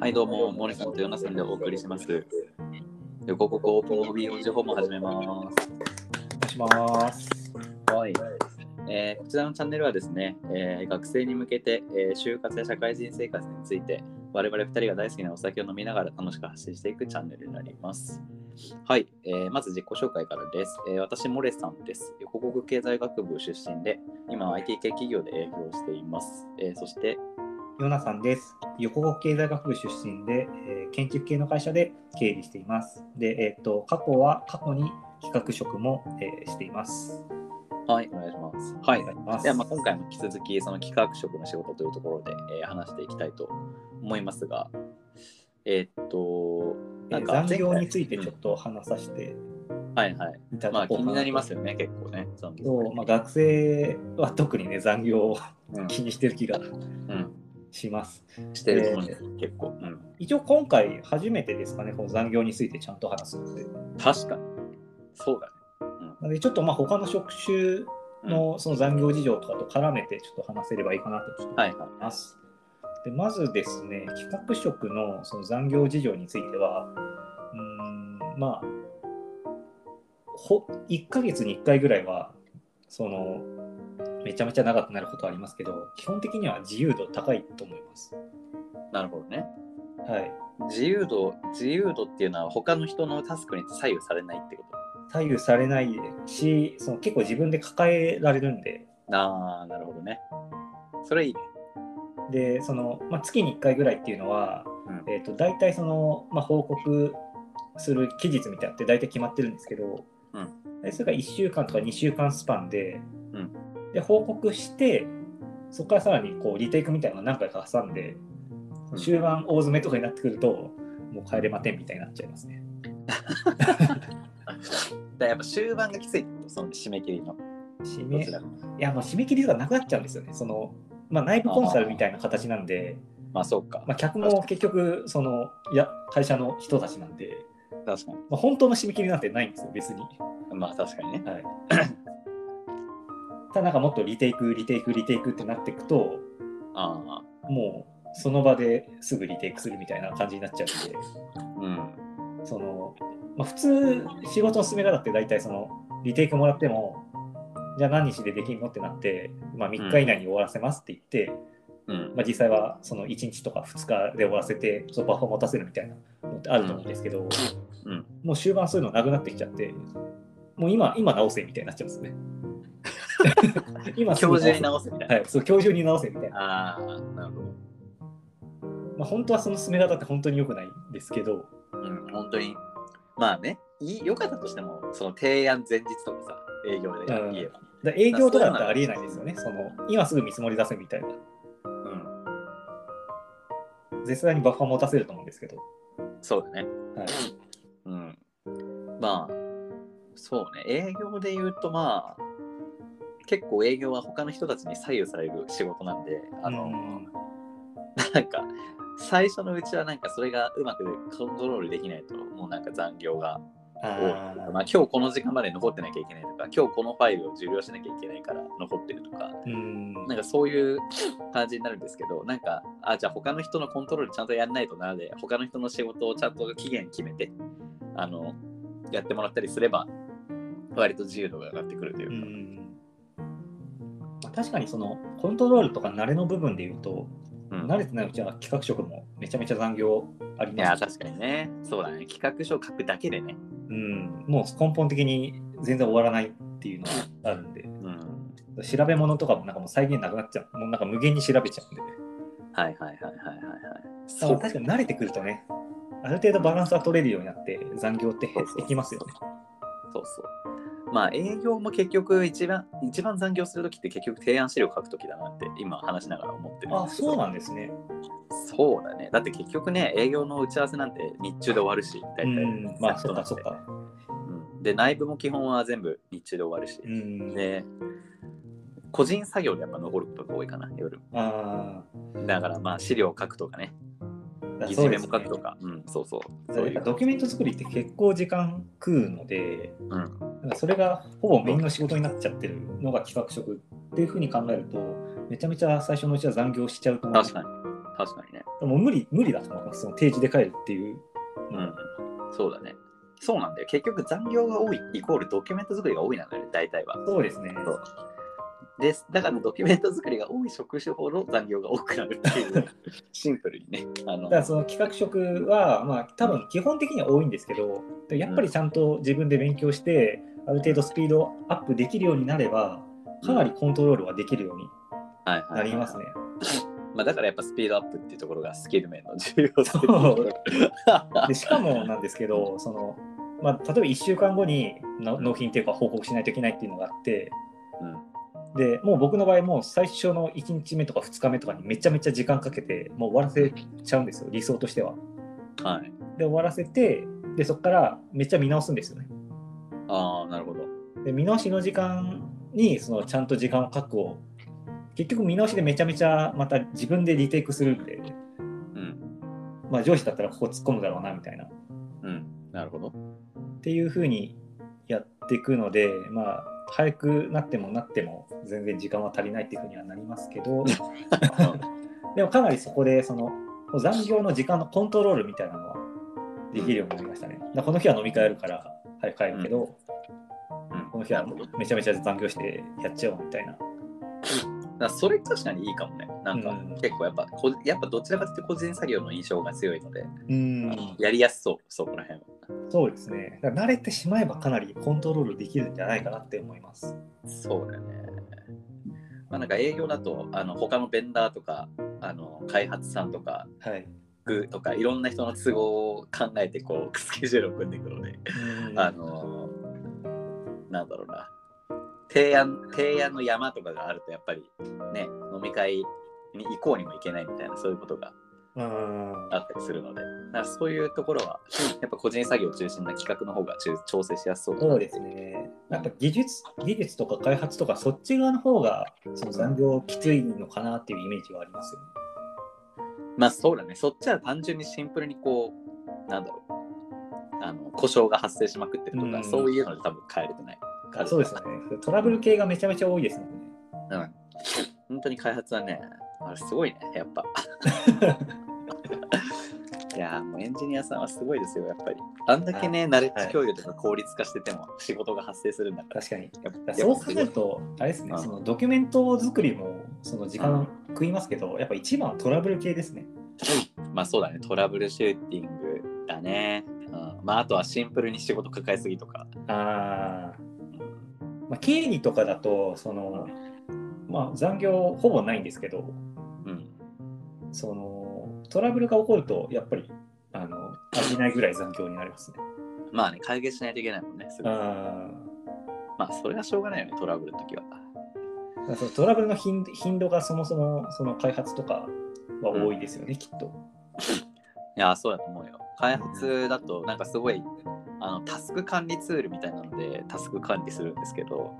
はい、どうも、モネさんとヨナさんでお送りします。横国オープン OB 法も始めます。 お願いします。 はい。こちらのチャンネルはですね、学生に向けて、就活や社会人生活について我々2人が大好きなお酒を飲みながら楽しく発信していくチャンネルになります。はい、まず自己紹介からです。私、モレさんです。横国経済学部出身で、今は IT 系企業で営業しています。そして、 ヨナさんです。横国経済学部出身で、建築系の会社で経理しています。で、過去に企画職も、しています。 はい、お願いします。はい。 お願いします。 では、今回も引き続き、その企画職の仕事というところで、話していきたいと思いますが、 なんか残業についてちょっと話させてはいはい。 いたまあ気にだこうかなと。 なりますよね、結構ね。 学生は特にね、残業を気にしてる気がします。 してると思うんです、結構。 一応今回初めてですかね、この残業についてちゃんと話すので。 確かに。そうだね。 なのでちょっと他の職種のその残業事情とかと絡めてちょっと話せればいいかなとちょっと思います。でまずですね、企画職のその残業事情については、1ヶ月に1回ぐらいはそのめちゃめちゃ長くなることはありますけど、基本的には自由度高いと思います。 なるほどね。 はい。 自由度っていうのは他の人のタスクに左右されないってこと？ 左右されないし、結構自分で抱えられるんで。 なるほどね。それいいね。 で、月に1回ぐらいっていうのは、大体報告する期日みたいなって大体決まってるんですけど、それが1週間とか2週間スパンで、で報告して、そこからさらにリテイクみたいなのを何回か挟んで、終盤大詰めとかになってくると、もう帰れまてんみたいになっちゃいますね。 だやっぱ終盤がきつい、その締め切りの。 締め切りがなくなっちゃうんですよね。内部コンサルみたいな形なんで、 そうか。 客も結局会社の人たちなんで、 確かに。 本当の締め切りなんてないんですよ、別に。 確かにね。 はい、ただもっとリテイクってなっていくと、もうその場ですぐリテイクするみたいな感じになっちゃうんで、普通仕事の進め方って大体リテイクもらっても、じゃあ何日でできるのってなって、3日以内に終わらせますって言って、実際は1日とか2日で終わらせてバッファー持たせるみたいなのってあると思うんですけど、もう終盤そういうのなくなってきちゃって、もう今直せみたいになっちゃうんですね。 今今日中に直せみたいな。 はい、今日中に直せみたいな。 なるほど。本当はその進め方って本当に良くないんですけど、 本当に良かったとしても、その提案前日とかさ、営業で言えば。 営業とかだったらありえないですよね。今すぐ見積もり出せみたいな。絶対にバッファー持たせると思うんですけど。 そうだね。 はい。 そうね。営業で言うと結構営業は他の人たちに左右される仕事なんで、最初のうちはそれがうまくコントロールできないと、もう残業が多い。今日この時間まで残ってなきゃいけないとか、今日このファイルを受領しなきゃいけないから残ってるとか、そういう感じになるんですけど、じゃあ他の人のコントロールちゃんとやんないとなで、他の人の仕事をちゃんと期限決めてやってもらったりすれば割と自由度が上がってくるというか。確かにコントロールとか慣れの部分で言うと、慣れてないうちは企画職もめちゃめちゃ残業あります。 いや確かにね。そうだね。企画書を書くだけでね。 もう根本的に全然終わらないっていうのがあるんで、調べ物とかももう再現なくなっちゃう。もう無限に調べちゃうんで。そう確かに慣れてくるとね、ある程度バランスが取れるようになって残業って減ってきますよね。 そう。営業も結局一番残業するときって結局提案資料書くときだなって今話しながら思ってるんですけど。 そうなんですね。 そうだね。だって結局ね、営業の打ち合わせなんて日中で終わるし、大体。 そっか。 で、内部も基本は全部日中で終わるし。で、個人作業でやっぱ残ることが多いかな、夜。だから資料を書くとかね。いじめも書くとか。そういう。 ドキュメント作りって結構時間食うので、それがほぼメインの仕事になっちゃってるのが企画職っていうふうに考えると、めちゃめちゃ最初のうちは残業しちゃうと思います。 確かに。 確かにね。 もう無理だと思います、その定時で帰るっていう。 うん、そうだね。そうなんだよ。結局残業が多いイコールドキュメント作りが多いなんだよね、大体は。 そうですね。 でだからドキュメント作りが多い職種ほど残業が多くなるっていうシンプルにね。 だからその企画職は、まあ、多分基本的には多いんですけど、やっぱりちゃんと自分で勉強して、ある程度スピードアップできるようになれば、かなりコントロールはできるようになりますね。 まあだからやっぱスピードアップっていうところがスキル面の重要性でしかもなんですけど、そのまあ、例えば1週間後に納品っていうか報告しないといけないっていうのがあって、でもう僕の場合もう最初の1日目とか2日目とかにめちゃめちゃ時間かけてもう終わらせちゃうんですよ、理想としては。 はい、 で終わらせて、でそこからめっちゃ見直すんですよね。 ああ、なるほど。 で見直しの時間にそのちゃんと時間を確保、結局見直しでめちゃめちゃまた自分でリテイクするんで、まあ上司だったらここ突っ込むだろうなみたいな、 なるほどっていう風にやっていくので、まあ早くなっても全然時間は足りないっていう風にはなりますけどでもかなりそこでその残業の時間のコントロールみたいなのはできるようになりましたね。この日は飲み会あるから早く帰るけど、この日はめちゃめちゃ残業してやっちゃおうみたいな。 それ確かにいいかもね。なんか結構やっぱどちらかというと個人作業の印象が強いので、やりやすそう、そこら辺は。 そうですね。だから慣れてしまえばかなりコントロールできるんじゃないかなって思います。 そうだよね。まあ、なんか営業だと他のベンダーとか開発さんとか、グとかいろんな人の都合を考えてこうスケジュールを組んでいくので、なんだろうな。提案の山とかがあるとやっぱりね、飲み会に行こうにも行けないみたいな、そういうことがあったりするので、だからそういうところはやっぱ個人作業中心な企画の方が調整しやすそうだな。 そうですね。やっぱ技術とか開発とかそっち側の方がその残業きついのかなっていうイメージはありますよね。 まあそうだね。そっちは単純にシンプルにこうなんだろう、故障が発生しまくってるとか、そういうので多分変えれてない。 そうですよね。トラブル系がめちゃめちゃ多いですもんね。 本当に開発はね、あれすごいね、やっぱ。いやもうエンジニアさんはすごいですよ、やっぱり。あんだけね、ナレッジ共有とか効率化してても仕事が発生するんだから。 確かに。そう考えると、あれですね、そのドキュメント作りもその時間食いますけど、やっぱ一番はトラブル系ですね。 まあそうだね、トラブルシューティングだね。まああとはシンプルに仕事抱えすぎとか。 まあ、経理とかだとその、まあ、残業ほぼないんですけど、そのトラブルが起こるとやっぱり足りないぐらい残業になりますね。 まあね、解決しないといけないもんね。まあそれはしょうがないよね、トラブルの時は。 そのトラブルの頻度がそもそもその開発とかは多いですよね、きっと。 いやそうだと思うよ。開発だとなんかすごいタスク管理ツールみたいなのでタスク管理するんですけど、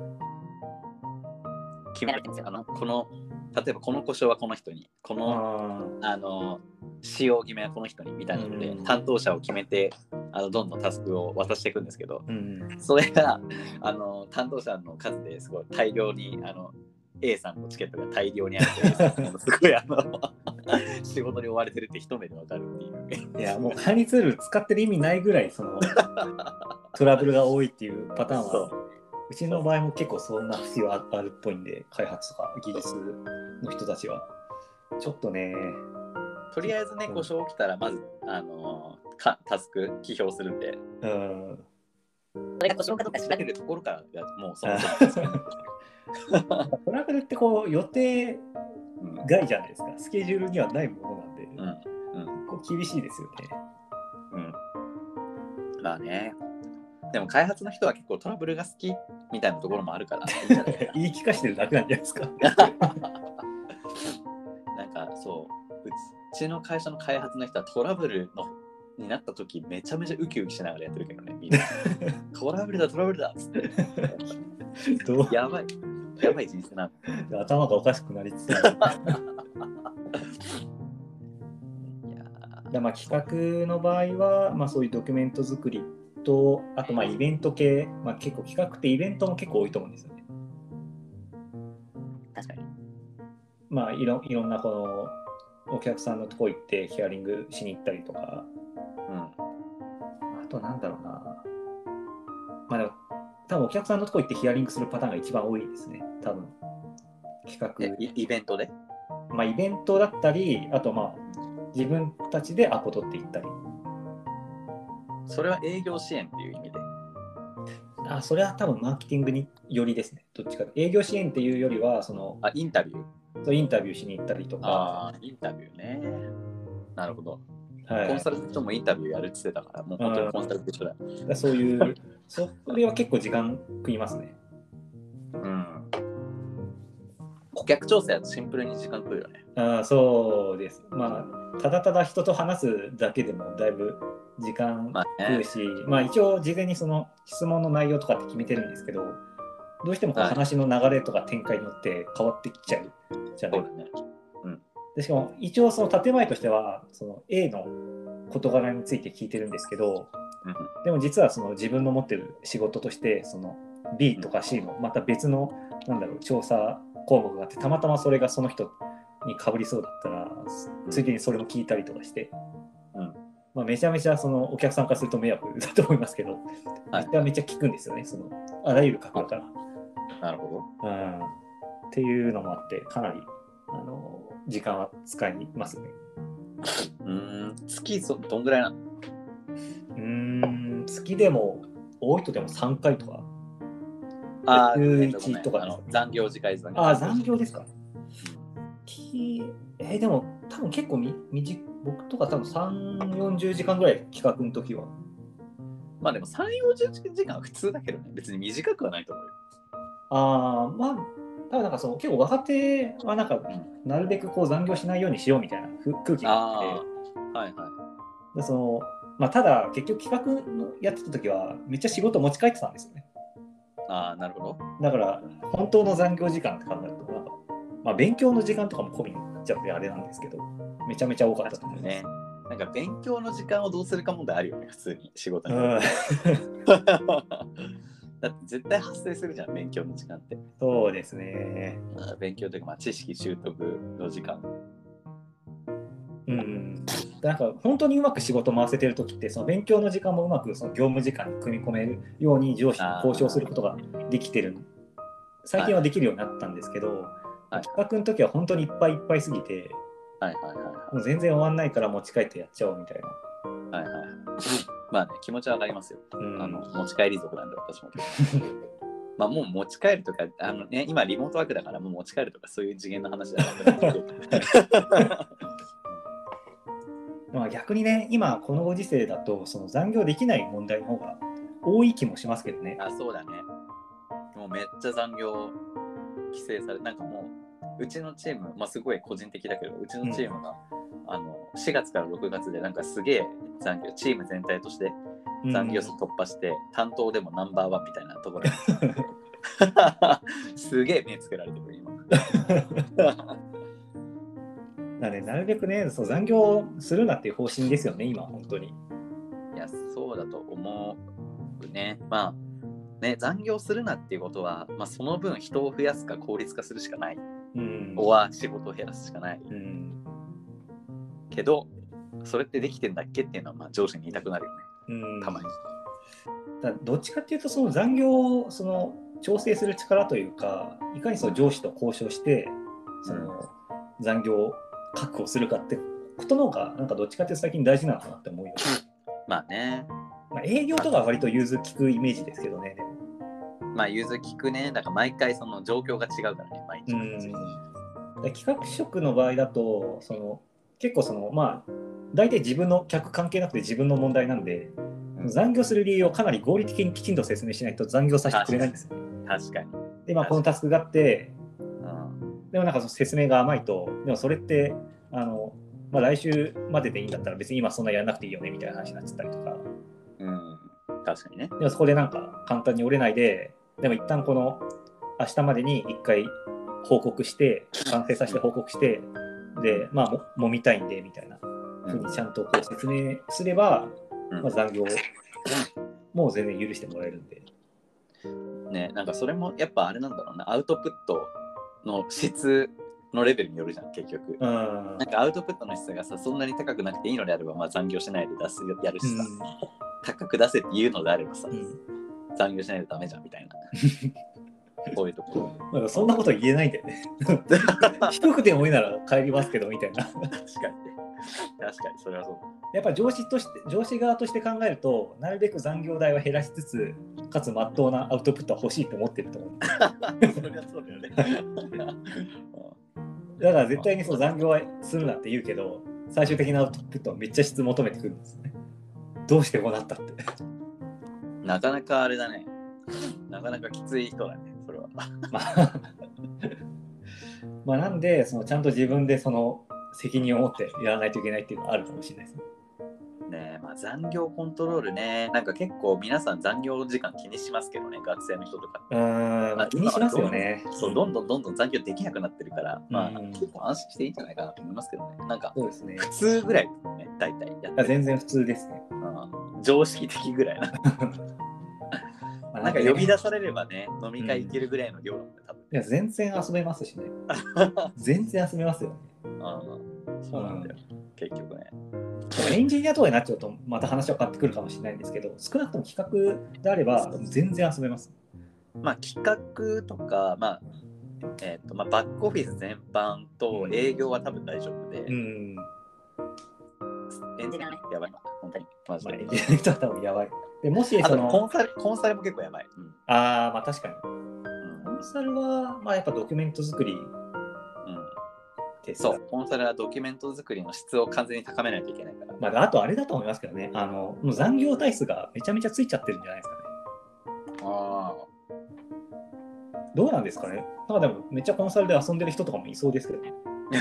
決められてるんですよ。例えばこの故障はこの人に、この使用決めはこの人にみたいなので、担当者を決めてどんどんタスクを渡していくんですけど、それが担当者の数ですごい大量にA さんのチケットが大量にあると A さんすごい仕事に追われてるって一目でわかるっていう。 いやもう管理ツール使ってる意味ないぐらいそのトラブルが多いっていうパターンはうちの場合も結構そんな必要あるっぽいんで、開発とか技術の人たちはちょっとね、 とりあえずね、故障起きたらまずタスク起表するんで、それが故障かどうか調べるところからがもうそもそもトラブルってこう予定外じゃないですか、スケジュールにはないものなんで、こう厳しいですよね。 まあね、でも開発の人は結構トラブルが好きみたいなところもあるから言い聞かせてるだけなんじゃないですか。 なんかそううちの会社の開発の人はトラブルになった時めちゃめちゃウキウキしながらやってるけどね、みんなトラブルだっつってやばい人生なの。頭がおかしくなりつつある。まあ企画の場合は、まあ、そういうドキュメント作りと、あとまあイベント系、まあ、結構企画ってイベントも結構多いと思うんですよね。 確かに。 まあいろんなこのお客さんのとこ行ってヒアリングしに行ったりとか、あとなんだろうな、まあでも多分お客さんのとこ行ってヒアリングするパターンが一番多いですね、多分。企画イベントで、 まあイベントだったり、あとまあ自分たちでアポ取って行ったり。 それは営業支援っていう意味で。 それは多分マーケティングによりですね。どっちか営業支援っていうよりはインタビュー。 インタビューしに行ったりとか。 インタビューね。なるほど。 はい、 コンサルトもインタビューやるって言ってたから、もう本当にコンサルと一緒だ。 そういうそれは結構時間食いますね。 顧客調整はシンプルに時間食うよね。 そうです。まあただただ人と話すだけでもだいぶ時間食うし、まあ一応事前にその質問の内容とかって決めてるんですけど、どうしてもこう話の流れとか展開によって変わってきちゃうじゃない。 そうだね。 でしかも一応その建前としてはその A の事柄について聞いてるんですけど、でも実はその自分の持ってる仕事としてその B とか C のまた別の調査項目があって、たまたまそれがその人に被りそうだったらついでにそれも聞いたりとかして、まあ、めちゃめちゃそのお客さんからすると迷惑だと思いますけど、めちゃめちゃ聞くんですよね、そのあらゆる角度から。 なるほど。 っていうのもあってかなり時間は使いますね。 月どんぐらいなの？月でも多いとでも3回とか。11とか残業時間残業ですか。でも多分結構僕とか多分3、40時間ぐらい企画の時は。 まあでも3、40時間は普通だけどね、別に短くはないと思うよ。 まあ多分なんか結構若手はなんかなるべくこう残業しないようにしようみたいな空気があって、でまあ、ただ結局企画のやってた時はめっちゃ仕事持ち帰ってたんですよね。 なるほど。 だから本当の残業時間って考えるとなんか、まあ、勉強の時間とかも込みになっちゃってあれなんですけど、めちゃめちゃ多かったと思います。 なんか勉強の時間をどうするか問題あるよね、普通に仕事に。だって絶対発生するじゃん、勉強の時間って。 そうですね。 勉強というか、まあ、知識習得の時間。 なんか本当にうまく仕事回せてるときって、その勉強の時間もうまくその業務時間に組み込めるように上司に交渉することができてる。最近はできるようになったんですけど、企画の時は本当にいっぱいいっぱいすぎて、もう全然終わんないから持ち帰ってやっちゃおうみたいな。 まあね、気持ちはわかりますよ。持ち帰り族なんで私も。まあもう持ち帰るとか、今リモートワークだからもう持ち帰るとかそういう次元の話じゃなくて。 まあ逆にね、今このご時世だとその残業できない問題の方が多い気もしますけどね。 そうだね。もうめっちゃ残業規制され、なんかもううちのチーム、まあすごい個人的だけど、うちのチームが、4月から6月でなんかすげえ残業、チーム全体として残業数突破して、担当でもナンバーワンみたいなところすげえ目つけられてる今。 なるべくね、残業するなっていう方針ですよね、今、本当に。 いや、そうだと思うね。まあ、ね、残業するなっていうことは、まあ、その分人を増やすか効率化するしかない。は仕事を減らすしかない。けど、それってできてんだっけっていうのは、まあ、上司に言いたくなるよね。たまに。 どっちかっていうと、その残業を調整する力というか、いかにその上司と交渉して、残業を確保するかってことの方がなんかどっちかっていうと最近大事なのかなって思うよ。 まあね。 まあ、営業とかは割と融通きくイメージですけどね。でもまあ融通きくね。だから毎回その状況が違うからね。毎日。 企画職の場合だと結構まあ大体自分の客関係なくて自分の問題なんで、残業する理由をかなり合理的にきちんと説明しないと残業させてくれないんですよ。 確かに。 でまあこのタスクがあって。でもなんかその説明が甘いと、でもそれってまあ、来週まででいいんだったら別に今そんなやらなくていいよねみたいな話になっちゃったりとか。 確かにね。 でもそこでなんか簡単に折れないで、でも一旦この明日までに1回報告して、完成させて報告して、で、まあ揉みたいんでみたいなふうにちゃんとこう説明すれば、まあ、残業もう全然許してもらえるんで。 ね、なんかそれもやっぱあれなんだろうな、アウトプットの質のレベルによるじゃん、結局。なんかアウトプットの質がさ、そんなに高くなくていいのであれば、まあ残業しないでやるしさ、高く出せっていうのであればさ、残業しないとダメじゃんみたいな。こういうところ。 まだそんなこと言えないんだよね。低くてもいいなら帰りますけどみたいな。 確かにそれはそう。 やっぱ上司側として考えると、なるべく残業代は減らしつつ、かつ真っ当なアウトプットは欲しいと思ってると思う。 それはそうだよね。 だから絶対にそう残業はするなって言うけど、最終的なアウトプットはめっちゃ質求めてくるんですね。どうしてこうなったって。 なかなかあれだね。なかなかきつい人だね、それは。 まあなんでちゃんと自分でその責任を持ってやらないといけないっていうのはあるかもしれないですね。 ねえ、まあ、残業コントロールね、なんか結構皆さん残業時間気にしますけどね、学生の人とか。 まあ、気にしますよね。 そう、どんどん残業できなくなってるから、まあ、結構安心していいんじゃないかなと思いますけどね。なんか、 そうですね、 普通ぐらいですね、大体やってる。 全然普通ですね。 常識的ぐらいな。なんか呼び出されればね、飲み会行けるぐらいの量だもんね、多分。 いや、全然遊べますしね。全然遊べますよね。 そうなんだよ、結局ね。 エンジニアとかになっちゃうとまた話は変わってくるかもしれないんですけど、少なくとも企画であれば全然遊べます。 まあ企画とか、まあバックオフィス全般と営業は多分大丈夫で、エンジニアね、やばいな、本当に。マジで。エンジニアの人は多分やばい。でもしそのコンサルも結構やばい。 まあ確かに。コンサルは、まあ、やっぱドキュメント作り。 そう、コンサルはドキュメント作りの質を完全に高めないといけないから。 まあ、あとあれだと思いますけどね、もう残業体数がめちゃめちゃついちゃってるんじゃないですかね。どうなんですかね。なんかでもめっちゃコンサルで遊んでる人とかもいそうですけどね。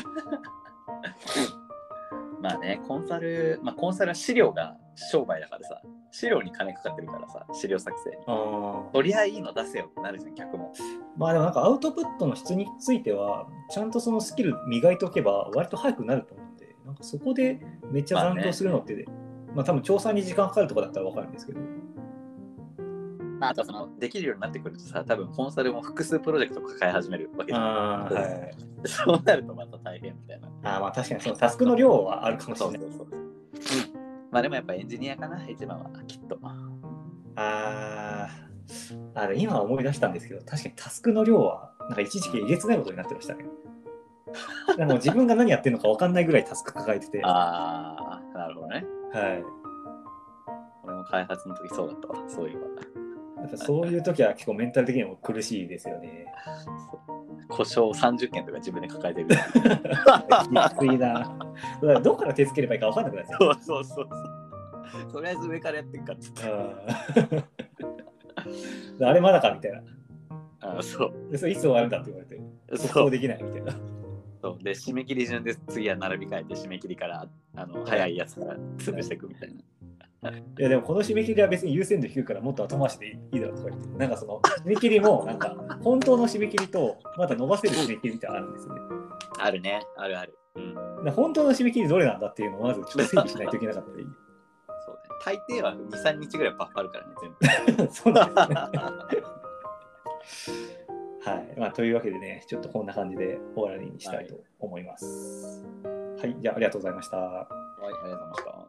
まあね、コンサルは資料が商売だからさ、資料に金かかってるからさ、資料作成に。とりあえずいいの出せよってなるじゃん、客も。 まあでもなんかアウトプットの質については、ちゃんとそのスキル磨いておけば割と早くなると思うんで、なんかそこでめっちゃ残業するのって、まあ多分調査に時間かかるとかだったら分かるんですけど。 まあ、あとできるようになってくるとさ、多分コンサルも複数プロジェクト抱え始めるわけじゃん。そうなるとまた大変みたいな。 まあ確かにそのタスクの量はあるかもしれない。 そう。まあでもやっぱエンジニアかな、一番はきっと。 今思い出したんですけど、確かにタスクの量はなんか一時期えげつないことになってましたね。でも自分が何やってるのか分かんないぐらいタスク抱えてて。 なるほどね。 はい。 俺も開発の時そうだったわ、そういうの。 やっぱそういう時は結構メンタル的にも苦しいですよね。 故障30件とか自分で抱えてる。 きついな。どこから手つければいいか分かんなくなっちゃう。 そう。とりあえず上からやってるかって言った。 あれまだかみたいな。 そうでそれいつ終わるんだって言われて、そうできないみたいな。 そうで、締め切り順で次は並び替えて締め切りから早いやつから潰していくみたいな。 いやでもこの締め切りは別に優先度低いからもっと後回しでいいだろうとか言って、なんかその締め切りもなんか本当の締め切りとまた伸ばせる締め切りってあるんですよね。 あるね、ある。 本当の締め切りどれなんだっていうのをまずちょっと整理しないといけなかったり。 そうね。大抵は2、3日ぐらいバッフあるからね、 全部。そうなんですね。はい。まあというわけでね、ちょっとこんな感じで終わりにしたいと思います。はい、じゃあありがとうございました。 はい、ありがとうございました。